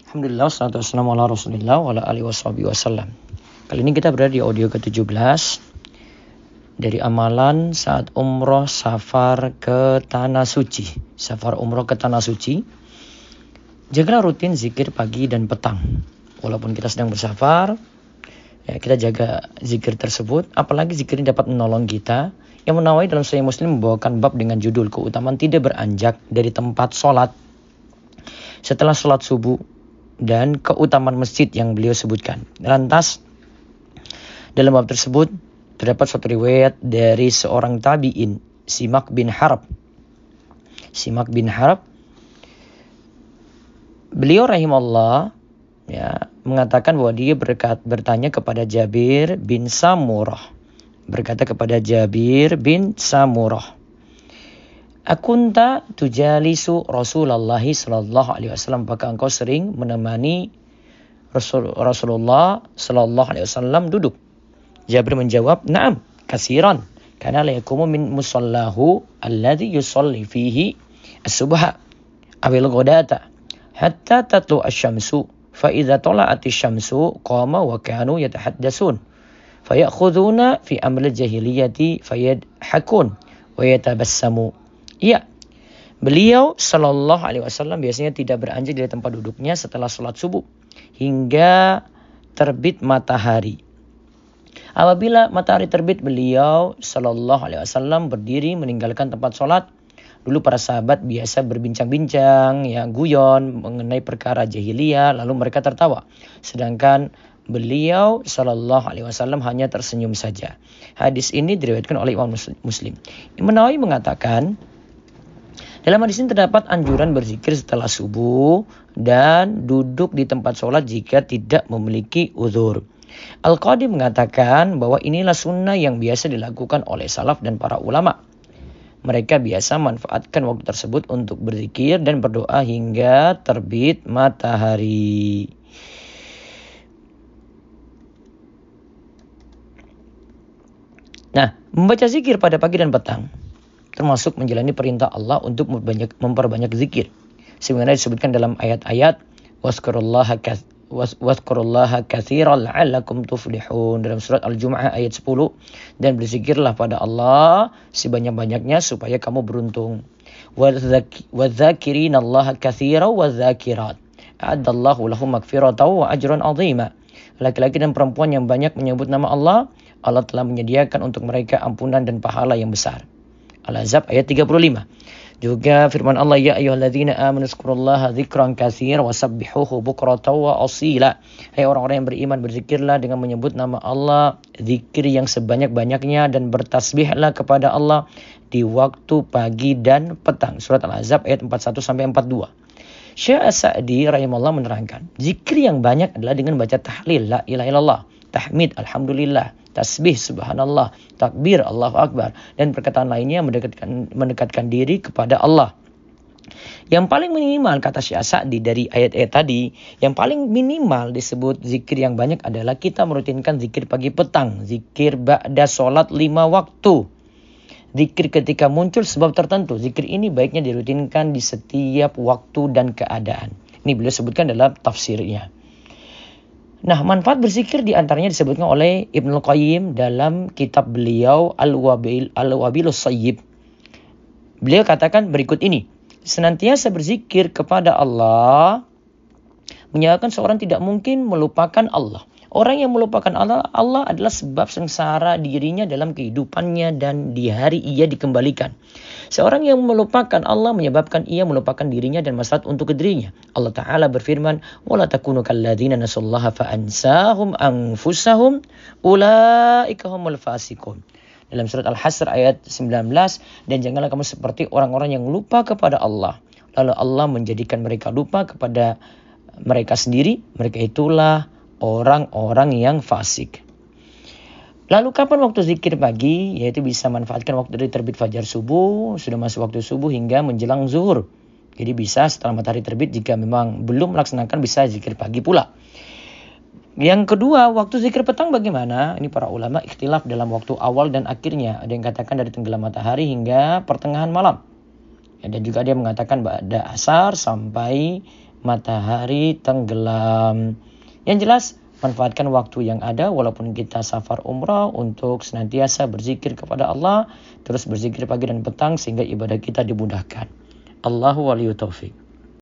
Alhamdulillah, wassalatu wassalamu ala rasulillah wa ala alihi wasallam. Kali ini kita berada di audio ke-17 dari amalan saat umroh safar ke Tanah Suci. Safar umroh ke Tanah Suci. Jagalah rutin zikir pagi dan petang. Walaupun kita sedang bersafar, ya, kita jaga zikir tersebut. Apalagi zikir ini dapat menolong kita. Yang Nawawi dalam Sahih Muslim membawakan bab dengan judul keutamaan tidak beranjak dari tempat sholat setelah sholat subuh dan keutamaan masjid yang beliau sebutkan. Lantas dalam bab tersebut terdapat suatu riwayat dari seorang tabi'in, Simak bin Harb. Beliau rahimahullah mengatakan bahwa dia bertanya kepada Jabir bin Samurah. Akunta tujalisu Rasulullah sallallahu alaihi wasallam, apakah engkau sering menemani Rasulullah sallallahu alaihi wasallam duduk? Jabir menjawab, "Na'am, kasiran, kana la yakumu min musallahu alladhi yusalli fihi as-subha awil ghadata hatta tatlu asy-syamsu, fa idza tala'at asy-syamsu qama wa kanu yatahaddatsun fa ya'khuduna fi amri al-jahiliyyati fayadhakun wa yatabassamu." Iya, beliau sallallahu alaihi wasallam biasanya tidak beranjak dari tempat duduknya setelah sholat subuh hingga terbit matahari. Apabila matahari terbit, beliau sallallahu alaihi wasallam berdiri meninggalkan tempat sholat. Dulu para sahabat biasa berbincang-bincang, guyon mengenai perkara jahiliyah, lalu mereka tertawa. Sedangkan beliau sallallahu alaihi wasallam hanya tersenyum saja. Hadis ini diriwayatkan oleh Imam Muslim. Imam Nawawi mengatakan, dalam hadis ini terdapat anjuran berzikir setelah subuh dan duduk di tempat sholat jika tidak memiliki uzur. Al-Qadi mengatakan bahwa inilah sunnah yang biasa dilakukan oleh salaf dan para ulama. Mereka biasa manfaatkan waktu tersebut untuk berzikir dan berdoa hingga terbit matahari. Nah, membaca zikir pada pagi dan petang termasuk menjalani perintah Allah untuk memperbanyak zikir. Sebenarnya disebutkan dalam ayat-ayat wazkurullaha katsiran la'allakum tuflihun dalam surat Al-Jumu'ah ayat 10, dan berzikirlah pada Allah sebanyak-banyaknya supaya kamu beruntung. Wadzakirinallaha katsiran wadzakirat a'addallahu lahum maghfiratan wa ajran 'azima. Laki-laki dan perempuan yang banyak menyebut nama Allah, Allah telah menyediakan untuk mereka ampunan dan pahala yang besar. Al-Ahzab ayat 35. Juga firman Allah, ya ayyuhalladzina amanu dzkurullaha dzikran katsiran wasabbihuhu bukratan wa asila. Hai orang-orang yang beriman, berzikirlah dengan menyebut nama Allah, zikir yang sebanyak-banyaknya, dan bertasbihlah kepada Allah di waktu pagi dan petang. Surat Al-Ahzab ayat 41 sampai 42. Syekh As-Sa'di rahimahullah menerangkan, zikir yang banyak adalah dengan baca tahlil la ilaha illallah, tahmid alhamdulillah, tasbih subhanallah, takbir Allahu akbar, dan perkataan lainnya mendekatkan diri kepada Allah. Yang paling minimal, kata Syekh Sa'di dari ayat-ayat tadi, yang paling minimal disebut zikir yang banyak adalah kita merutinkan zikir pagi petang, zikir ba'da sholat 5 waktu, zikir ketika muncul sebab tertentu. Zikir ini baiknya dirutinkan di setiap waktu dan keadaan. Ini beliau sebutkan dalam tafsirnya. Nah, manfaat berzikir diantaranya disebutkan oleh Ibnu Qayyim dalam kitab beliau Al-Wabilus Sayyib. Beliau katakan berikut ini, senantiasa berzikir kepada Allah menyebabkan seorang tidak mungkin melupakan Allah. Orang yang melupakan Allah adalah sebab sengsara dirinya dalam kehidupannya dan di hari ia dikembalikan. Seorang yang melupakan Allah menyebabkan ia melupakan dirinya dan maslahat untuk dirinya. Allah Ta'ala berfirman, وَلَا تَكُونُوا كَالَّذِينَ نَسُوا اللَّهَ فَأَنْسَاهُمْ أَنفُسَهُمْ أُولَٰئِكَ هُمُ الْفَاسِقُونَ. Dalam surat Al-Hasr ayat 19, dan janganlah kamu seperti orang-orang yang lupa kepada Allah, lalu Allah menjadikan mereka lupa kepada mereka sendiri. Mereka itulah orang-orang yang fasik. Lalu kapan waktu zikir pagi? Yaitu bisa manfaatkan waktu dari terbit fajar subuh, sudah masuk waktu subuh hingga menjelang zuhur. Jadi bisa setelah matahari terbit, jika memang belum melaksanakan bisa zikir pagi pula. Yang kedua, waktu zikir petang bagaimana? Ini para ulama ikhtilaf dalam waktu awal dan akhirnya. Ada yang katakan dari tenggelam matahari hingga pertengahan malam. Dan juga ada yang mengatakan pada asar sampai matahari tenggelam. Yang jelas, manfaatkan waktu yang ada walaupun kita safar umrah untuk senantiasa berzikir kepada Allah, terus berzikir pagi dan petang sehingga ibadah kita dimudahkan. Allahu waliyut taufiq.